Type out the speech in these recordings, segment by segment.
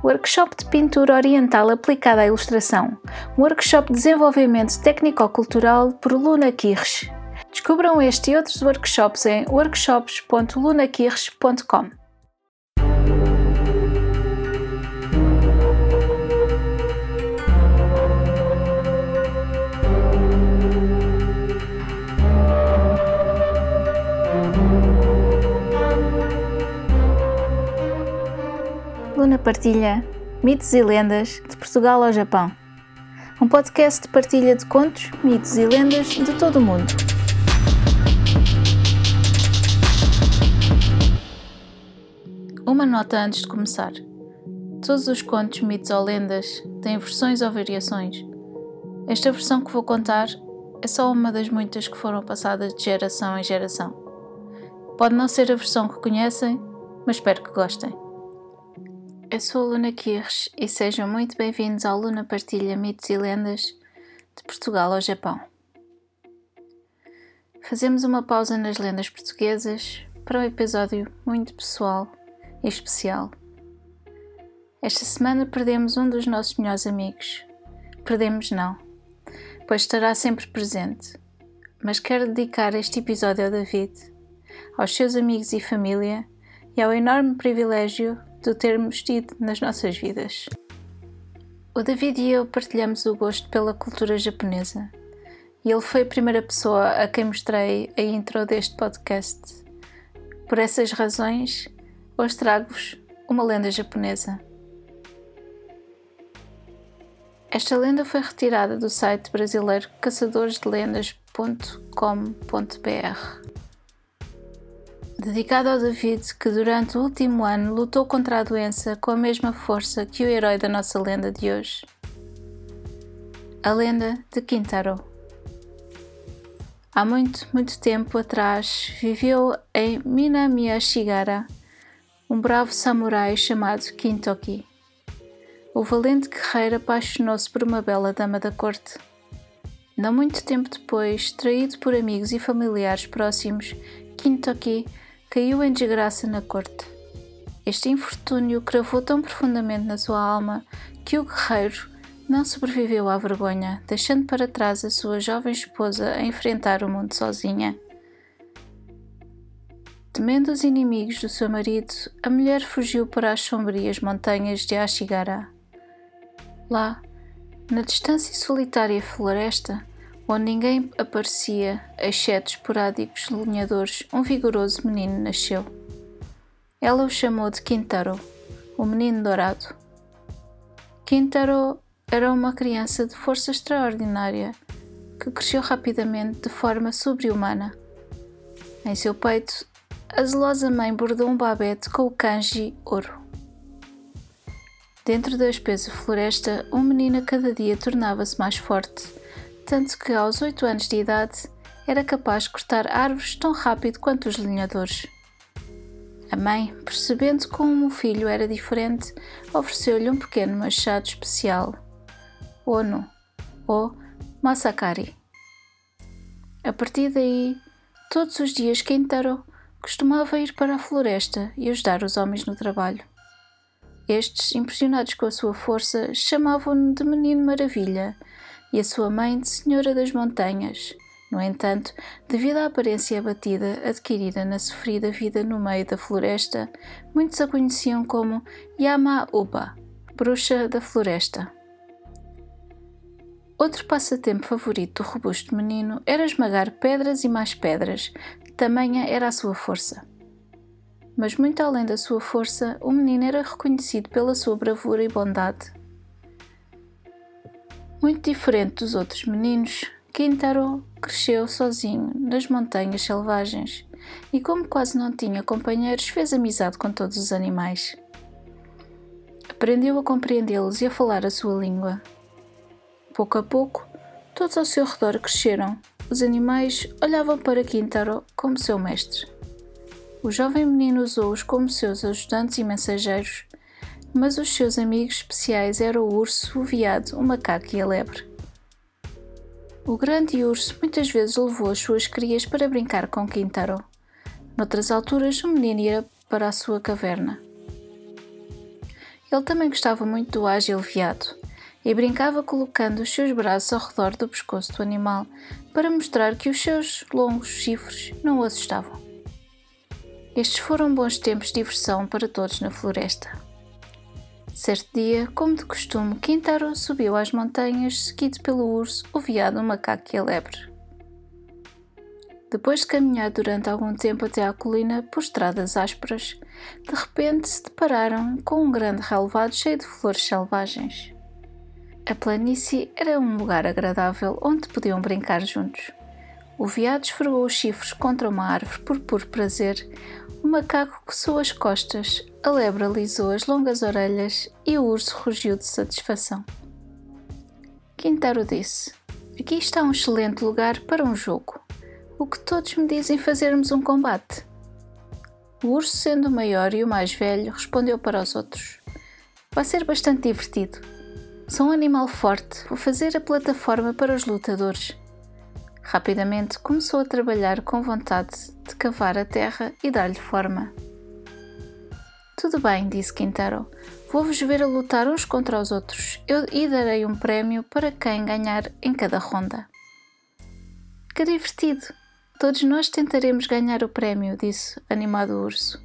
Workshop de Pintura Oriental aplicada à ilustração. Um workshop de desenvolvimento técnico-cultural por Luna Kirsch. Descubram este e outros workshops em workshops.lunakirsch.com. Luna partilha mitos e lendas de Portugal ao Japão. Um podcast de partilha de contos, mitos e lendas de todo o mundo. Uma nota antes de começar. Todos os contos, mitos ou lendas têm versões ou variações. Esta versão que vou contar é só uma das muitas que foram passadas de geração em geração. Pode não ser a versão que conhecem, mas espero que gostem. Eu sou a Luna Kirsch e sejam muito bem-vindos ao Luna Partilha Mitos e Lendas de Portugal ao Japão. Fazemos uma pausa nas lendas portuguesas para um episódio muito pessoal e especial. Esta semana perdemos um dos nossos melhores amigos. Perdemos não, pois estará sempre presente. Mas quero dedicar este episódio ao David, aos seus amigos e família e ao enorme privilégio de o termos tido nas nossas vidas. O David e eu partilhamos o gosto pela cultura japonesa e ele foi a primeira pessoa a quem mostrei a intro deste podcast. Por essas razões, hoje trago-vos uma lenda japonesa. Esta lenda foi retirada do site brasileiro caçadoresdelendas.com.br. Dedicado ao David, que durante o último ano lutou contra a doença com a mesma força que o herói da nossa lenda de hoje. A lenda de Kintaro. Há muito, muito tempo atrás, viveu em Minamiashigara um bravo samurai chamado Kintoki. O valente guerreiro apaixonou-se por uma bela dama da corte. Não muito tempo depois, traído por amigos e familiares próximos, Kintoki caiu em desgraça na corte. Este infortúnio cravou tão profundamente na sua alma que o guerreiro não sobreviveu à vergonha, deixando para trás a sua jovem esposa a enfrentar o mundo sozinha. Temendo os inimigos do seu marido, a mulher fugiu para as sombrias montanhas de Ashigara. Lá, na distância e solitária floresta, onde ninguém aparecia, exceto esporádicos lenhadores, um vigoroso menino nasceu. Ela o chamou de Kintaro, o menino dourado. Kintaro era uma criança de força extraordinária, que cresceu rapidamente de forma sobre-humana. Em seu peito, a zelosa mãe bordou um babete com o kanji ouro. Dentro da espessa floresta, um menino a cada dia tornava-se mais forte, tanto que aos 8 anos de idade era capaz de cortar árvores tão rápido quanto os lenhadores. A mãe, percebendo como o filho era diferente, ofereceu-lhe um pequeno machado especial, Ono, ou Masakari. A partir daí, todos os dias Kintaro costumava ir para a floresta e ajudar os homens no trabalho. Estes, impressionados com a sua força, chamavam-no de Menino Maravilha, e a sua mãe de Senhora das Montanhas. No entanto, devido à aparência abatida adquirida na sofrida vida no meio da floresta, muitos a conheciam como Yama-Uba, bruxa da floresta. Outro passatempo favorito do robusto menino era esmagar pedras e mais pedras, tamanha era a sua força. Mas muito além da sua força, o menino era reconhecido pela sua bravura e bondade. Muito diferente dos outros meninos, Kintaro cresceu sozinho nas montanhas selvagens e, como quase não tinha companheiros, fez amizade com todos os animais. Aprendeu a compreendê-los e a falar a sua língua. Pouco a pouco, todos ao seu redor cresceram. Os animais olhavam para Kintaro como seu mestre. O jovem menino usou-os como seus ajudantes e mensageiros, mas os seus amigos especiais eram o urso, o veado, o macaco e a lebre. O grande urso muitas vezes levou as suas crias para brincar com Kintaro. Noutras alturas, o menino ia para a sua caverna. Ele também gostava muito do ágil veado e brincava colocando os seus braços ao redor do pescoço do animal para mostrar que os seus longos chifres não o assustavam. Estes foram bons tempos de diversão para todos na floresta. Certo dia, como de costume, Quintaro subiu às montanhas, seguido pelo urso, o veado, o macaco e a lebre. Depois de caminhar durante algum tempo até à colina por estradas ásperas, de repente se depararam com um grande relvado cheio de flores selvagens. A planície era um lugar agradável onde podiam brincar juntos. O veado esfregou os chifres contra uma árvore por puro prazer, o macaco coçou as costas, a lebre alisou as longas orelhas e o urso rugiu de satisfação. Quintaro disse: "Aqui está um excelente lugar para um jogo. O que todos me dizem fazermos um combate?" O urso, sendo o maior e o mais velho, respondeu para os outros: "Vai ser bastante divertido. Sou um animal forte, vou fazer a plataforma para os lutadores." Rapidamente começou a trabalhar com vontade de cavar a terra e dar-lhe forma. "Tudo bem", disse Quintaro. "Vou-vos ver a lutar uns contra os outros e darei um prémio para quem ganhar em cada ronda." "Que divertido! Todos nós tentaremos ganhar o prémio", disse animado o urso.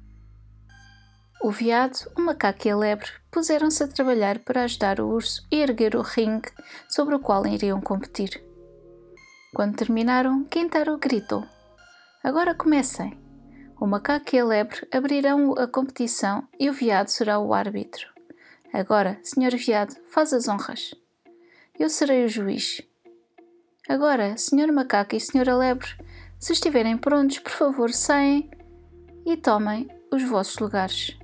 O veado, o macaco e a lebre puseram-se a trabalhar para ajudar o urso a erguer o ringue sobre o qual iriam competir. Quando terminaram, Quintaro gritou: "Agora comecem! O macaco e a lebre abrirão a competição e o veado será o árbitro. Agora, Sr. Veado, faz as honras. Eu serei o juiz. Agora, Sr. Macaco e Sra. Lebre, se estiverem prontos, por favor, saem e tomem os vossos lugares."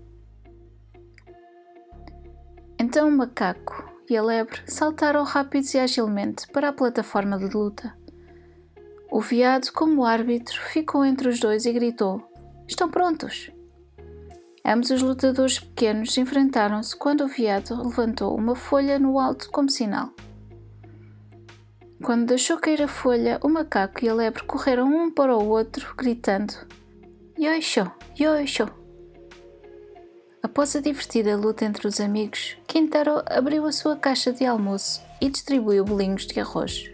Então o macaco e a lebre saltaram rápidos e agilmente para a plataforma de luta. O veado, como árbitro, ficou entre os dois e gritou: "Estão prontos?" Ambos os lutadores pequenos enfrentaram-se quando o veado levantou uma folha no alto como sinal. Quando deixou cair a folha, o macaco e a lebre correram um para o outro, gritando: "Yoisho! Yoisho!" Após a divertida luta entre os amigos, Quintaro abriu a sua caixa de almoço e distribuiu bolinhos de arroz.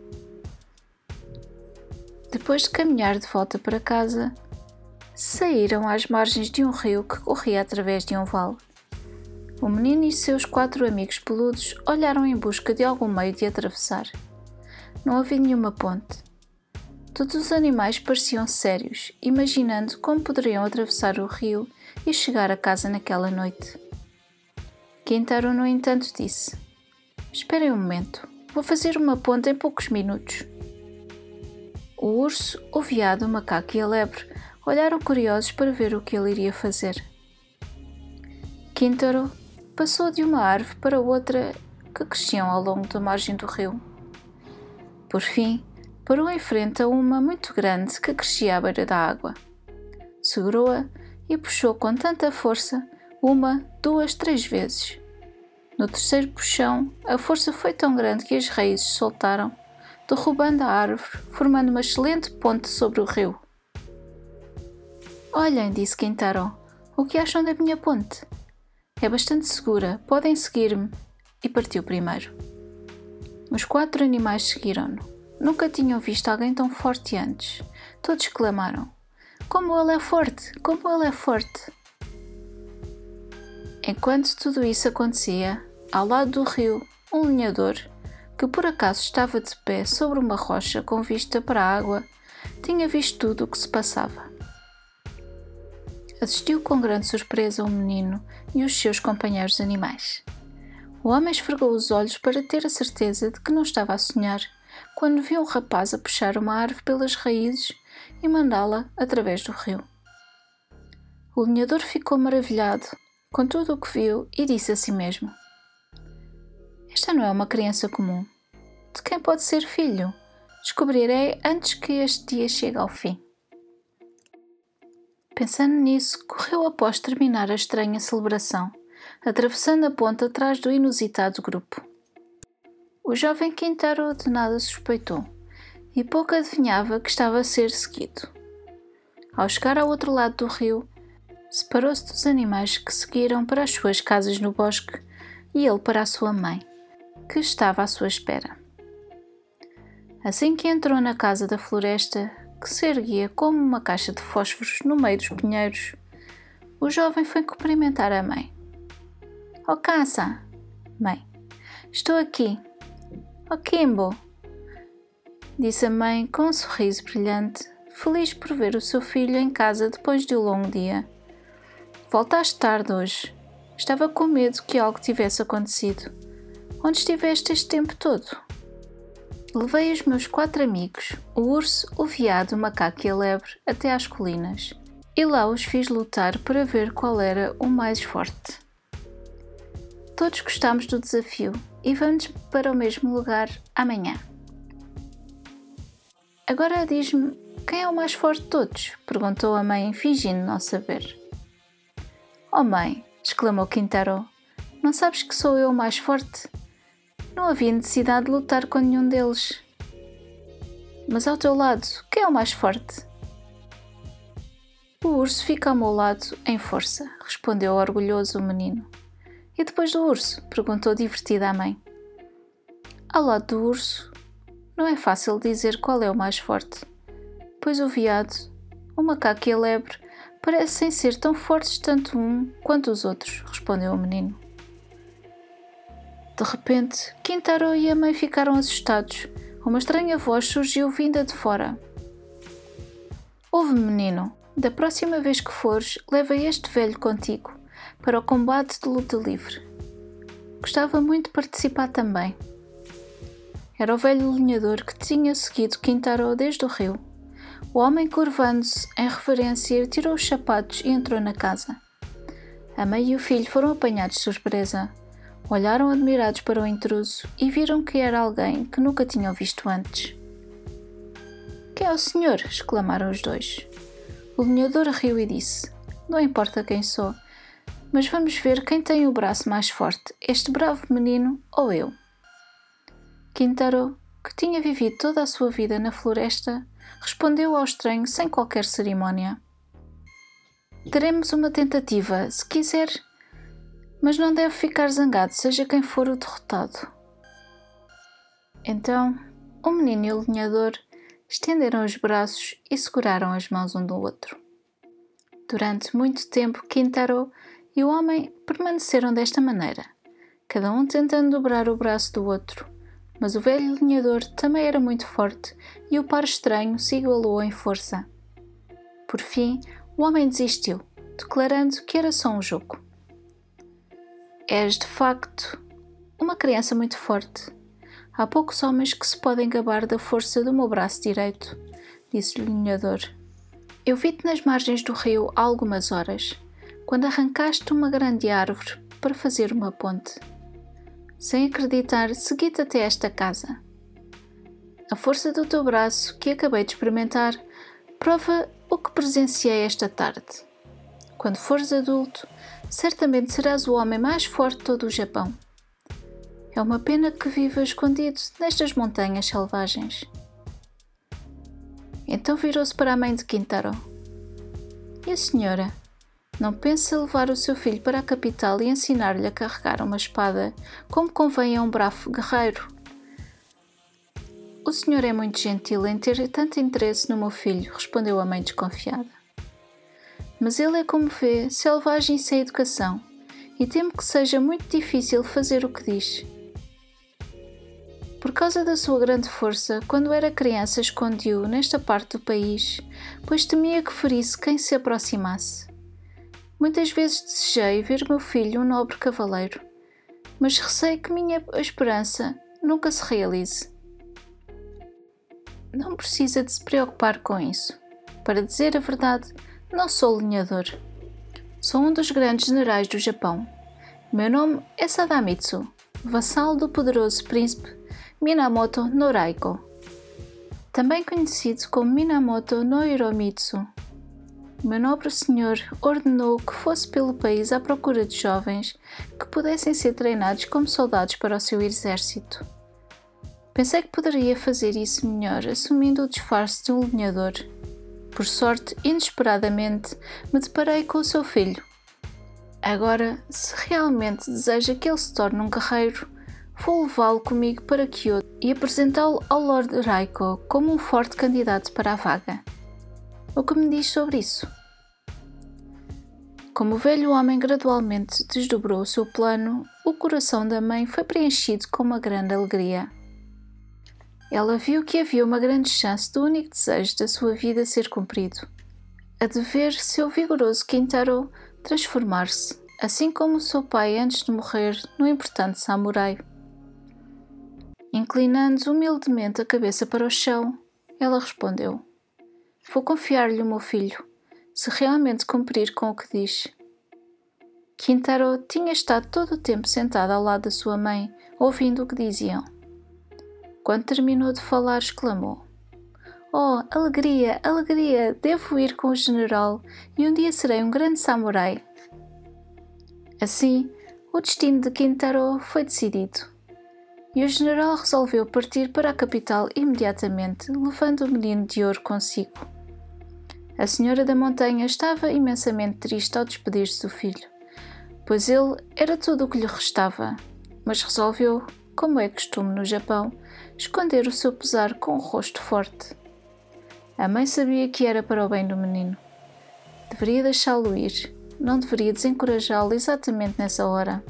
Depois de caminhar de volta para casa, saíram às margens de um rio que corria através de um vale. O menino e seus 4 amigos peludos olharam em busca de algum meio de atravessar. Não havia nenhuma ponte. Todos os animais pareciam sérios, imaginando como poderiam atravessar o rio e chegar a casa naquela noite. Quintaro, no entanto, disse: "Esperem um momento, vou fazer uma ponte em poucos minutos." O urso, o veado, o macaco e a lebre olharam curiosos para ver o que ele iria fazer. Quintaro passou de uma árvore para outra que cresciam ao longo da margem do rio. Por fim, parou em frente a uma muito grande que crescia à beira da água. Segurou-a e puxou com tanta força, 1, 2, 3 vezes. No terceiro puxão, a força foi tão grande que as raízes soltaram, derrubando a árvore, formando uma excelente ponte sobre o rio. "Olhem", disse Quintaro, "o que acham da minha ponte? É bastante segura, podem seguir-me." E partiu primeiro. Os 4 animais seguiram-no. Nunca tinham visto alguém tão forte antes. Todos clamaram: "Como ele é forte! Como ele é forte!" Enquanto tudo isso acontecia, ao lado do rio, um lenhador, que por acaso estava de pé sobre uma rocha com vista para a água, tinha visto tudo o que se passava. Assistiu com grande surpresa o menino e os seus companheiros animais. O homem esfregou os olhos para ter a certeza de que não estava a sonhar, quando viu um rapaz a puxar uma árvore pelas raízes e mandá-la através do rio. O lenhador ficou maravilhado com tudo o que viu e disse a si mesmo: "Esta não é uma criança comum. De quem pode ser filho? Descobrirei antes que este dia chegue ao fim." Pensando nisso, correu após terminar a estranha celebração, atravessando a ponte atrás do inusitado grupo. O jovem Quintaro de nada suspeitou, e pouco adivinhava que estava a ser seguido. Ao chegar ao outro lado do rio, Separou-se dos animais que seguiram para as suas casas no bosque e ele para a sua mãe, que estava à sua espera. Assim que entrou na casa da floresta, que se erguia como uma caixa de fósforos no meio dos pinheiros, o jovem foi cumprimentar a mãe. "Oh Casa, mãe, estou aqui. Oh Kimbo", disse a mãe com um sorriso brilhante, feliz por ver o seu filho em casa depois de um longo dia. "Voltaste tarde hoje. Estava com medo que algo tivesse acontecido. Onde estiveste este tempo todo?" "Levei os meus 4 amigos, o urso, o veado, o macaco e a lebre, até às colinas, e lá os fiz lutar para ver qual era o mais forte. Todos gostámos do desafio e vamos para o mesmo lugar amanhã." "Agora diz-me, quem é o mais forte de todos?" perguntou a mãe, fingindo não saber. "Oh mãe", exclamou Quintaro, "não sabes que sou eu o mais forte? Não havia necessidade de lutar com nenhum deles." "Mas ao teu lado, quem é o mais forte?" "O urso fica ao meu lado em força", respondeu orgulhoso o menino. "E depois do urso?" perguntou divertida a mãe. "Ao lado do urso, não é fácil dizer qual é o mais forte, pois o veado, o macaco e a lebre parecem ser tão fortes tanto um quanto os outros", respondeu o menino. De repente, Quintaro e a mãe ficaram assustados. Uma estranha voz surgiu vinda de fora. "Ouve, menino, da próxima vez que fores, leva este velho contigo para o combate de luta livre. Gostava muito de participar também." Era o velho lenhador que tinha seguido Quintaro desde o rio. O homem, curvando-se em reverência, tirou os sapatos e entrou na casa. A mãe e o filho foram apanhados de surpresa. Olharam admirados para o intruso e viram que era alguém que nunca tinham visto antes. "Quem é o senhor?" exclamaram os dois. O lenhador riu e disse: "Não importa quem sou, mas vamos ver quem tem o braço mais forte, este bravo menino ou eu." Quintaro, que tinha vivido toda a sua vida na floresta, respondeu ao estranho sem qualquer cerimónia: "Teremos uma tentativa, se quiser, mas não deve ficar zangado, seja quem for o derrotado." Então, o menino e o lenhador estenderam os braços e seguraram as mãos um do outro. Durante muito tempo, Quintaro e o homem permaneceram desta maneira, cada um tentando dobrar o braço do outro, mas o velho lenhador também era muito forte e o par estranho se igualou em força. Por fim, o homem desistiu, declarando que era só um jogo. "És, de facto, uma criança muito forte. Há poucos homens que se podem gabar da força do meu braço direito", disse-lhe o lenhador. "Eu vi-te nas margens do rio há algumas horas, quando arrancaste uma grande árvore para fazer uma ponte. Sem acreditar, segui-te até esta casa. A força do teu braço, que acabei de experimentar, prova o que presenciei esta tarde. Quando fores adulto, certamente serás o homem mais forte de todo o Japão. É uma pena que viva escondido nestas montanhas selvagens." Então virou-se para a mãe de Quintaro. "E a senhora? Não pensa levar o seu filho para a capital e ensinar-lhe a carregar uma espada, como convém a um bravo guerreiro?" "O senhor é muito gentil em ter tanto interesse no meu filho", respondeu a mãe desconfiada. "Mas ele é, como vê, selvagem e sem educação, e temo que seja muito difícil fazer o que diz. Por causa da sua grande força, quando era criança escondi-o nesta parte do país, pois temia que ferisse quem se aproximasse. Muitas vezes desejei ver meu filho um nobre cavaleiro, mas receio que minha esperança nunca se realize." "Não precisa de se preocupar com isso. Para dizer a verdade, não sou lenhador. Sou um dos grandes generais do Japão. Meu nome é Sadamitsu, vassalo do poderoso príncipe Minamoto Noraiko, também conhecido como Minamoto no Hiromitsu. O meu nobre senhor ordenou que fosse pelo país à procura de jovens que pudessem ser treinados como soldados para o seu exército. Pensei que poderia fazer isso melhor assumindo o disfarce de um lenhador. Por sorte, inesperadamente, me deparei com o seu filho. Agora, se realmente deseja que ele se torne um guerreiro, vou levá-lo comigo para Kyoto e apresentá-lo ao Lord Raiko como um forte candidato para a vaga. O que me diz sobre isso? Como o velho homem gradualmente desdobrou o seu plano, o coração da mãe foi preenchido com uma grande alegria. Ela viu que havia uma grande chance do único desejo da sua vida ser cumprido, a de ver seu vigoroso Kintaro transformar-se, assim como o seu pai antes de morrer, num importante samurai. Inclinando humildemente a cabeça para o chão, ela respondeu: "Vou confiar-lhe o meu filho, se realmente cumprir com o que diz." Kintaro tinha estado todo o tempo sentado ao lado da sua mãe, ouvindo o que diziam. Quando terminou de falar, exclamou: "Oh, alegria, alegria! Devo ir com o general e um dia serei um grande samurai." Assim, o destino de Kintaro foi decidido, e o general resolveu partir para a capital imediatamente, levando o menino de ouro consigo. A senhora da montanha estava imensamente triste ao despedir-se do filho, pois ele era tudo o que lhe restava, mas resolveu, como é costume no Japão, esconder o seu pesar com um rosto forte. A mãe sabia que era para o bem do menino. Deveria deixá-lo ir, não deveria desencorajá-lo exatamente nessa hora.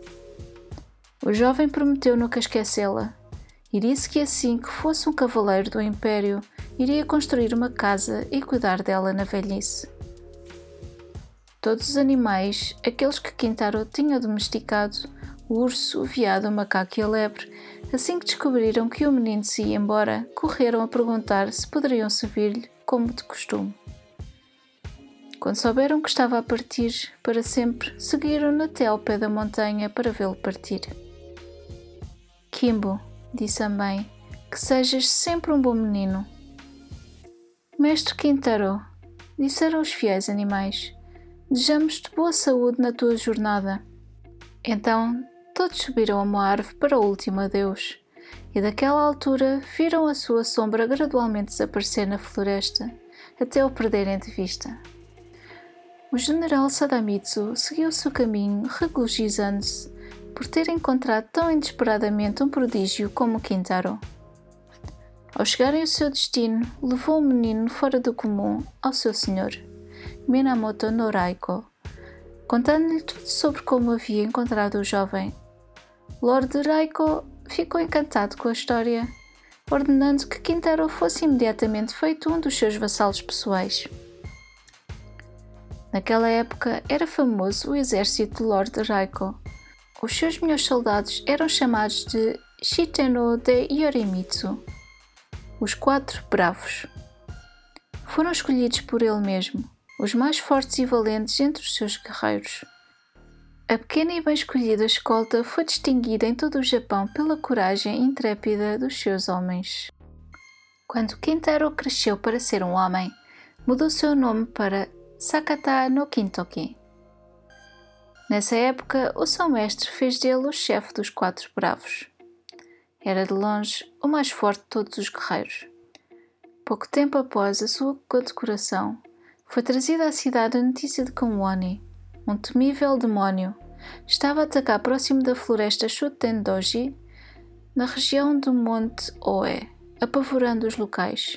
O jovem prometeu nunca esquecê-la, e disse que assim que fosse um cavaleiro do Império, iria construir uma casa e cuidar dela na velhice. Todos os animais, aqueles que Kintaro tinha domesticado, o urso, o veado, o macaco e a lebre, assim que descobriram que o menino se ia embora, correram a perguntar se poderiam servir-lhe como de costume. Quando souberam que estava a partir para sempre, seguiram-no até ao pé da montanha para vê-lo partir. "Kimbo", disse a mãe, "que sejas sempre um bom menino." "Mestre Kintaro", disseram os fiéis animais, "desejamos-te boa saúde na tua jornada." Então, todos subiram a uma árvore para o último adeus, e daquela altura viram a sua sombra gradualmente desaparecer na floresta, até o perderem de vista. O general Sadamitsu seguiu o seu caminho, regozijando-se por ter encontrado tão inesperadamente um prodígio como Kintaro. Ao chegarem ao seu destino, levou o menino fora do comum ao seu senhor, Minamoto no Raiko, contando-lhe tudo sobre como havia encontrado o jovem. Lord Raiko ficou encantado com a história, ordenando que Kintaro fosse imediatamente feito um dos seus vassalos pessoais. Naquela época era famoso o exército de Lord Raiko. Os seus melhores soldados eram chamados de Shiteno de Yorimitsu, os 4 bravos. Foram escolhidos por ele mesmo, os mais fortes e valentes entre os seus guerreiros. A pequena e bem escolhida escolta foi distinguida em todo o Japão pela coragem intrépida dos seus homens. Quando Kintaro cresceu para ser um homem, mudou seu nome para Sakata no Kintoki. Nessa época, o seu mestre fez dele o chefe dos 4 bravos. Era de longe o mais forte de todos os guerreiros. Pouco tempo após a sua condecoração, foi trazida à cidade a notícia de que um Oni, um temível demónio, estava a atacar próximo da floresta Shutendoji, na região do Monte Oe, apavorando os locais.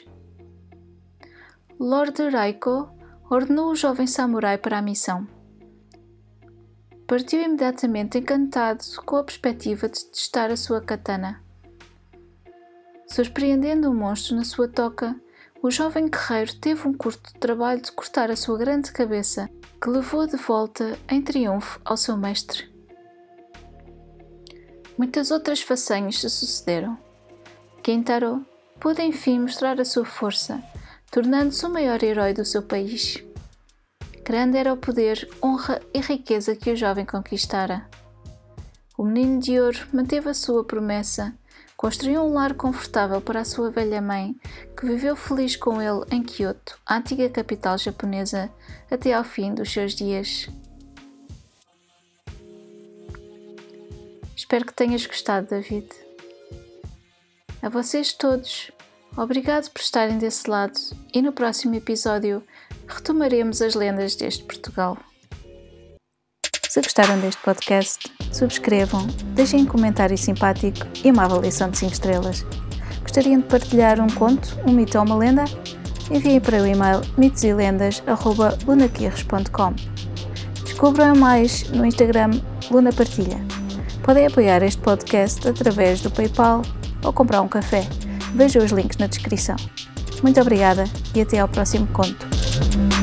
Lord Raiko ordenou o jovem samurai para a missão. Partiu imediatamente encantado com a perspectiva de testar a sua katana. Surpreendendo o monstro na sua toca, o jovem guerreiro teve um curto trabalho de cortar a sua grande cabeça, que levou de volta em triunfo ao seu mestre. Muitas outras façanhas se sucederam. Kintaro pôde enfim mostrar a sua força, tornando-se o maior herói do seu país. Grande era o poder, honra e riqueza que o jovem conquistara. O menino de ouro manteve a sua promessa, construiu um lar confortável para a sua velha mãe, que viveu feliz com ele em Kyoto, a antiga capital japonesa, até ao fim dos seus dias. Espero que tenhas gostado, David. A vocês todos, Obrigado por estarem desse lado e no próximo episódio retomaremos as lendas deste Portugal. Se gostaram deste podcast, subscrevam, deixem um comentário simpático e uma avaliação de 5 estrelas. Gostariam de partilhar um conto, um mito ou uma lenda? Enviem para o e-mail mitoselendas@lunaquirres.com. Descubram mais no Instagram Luna Partilha. Podem apoiar este podcast através do PayPal ou comprar um café. Vejam os links na descrição. Muito obrigada e até ao próximo conto.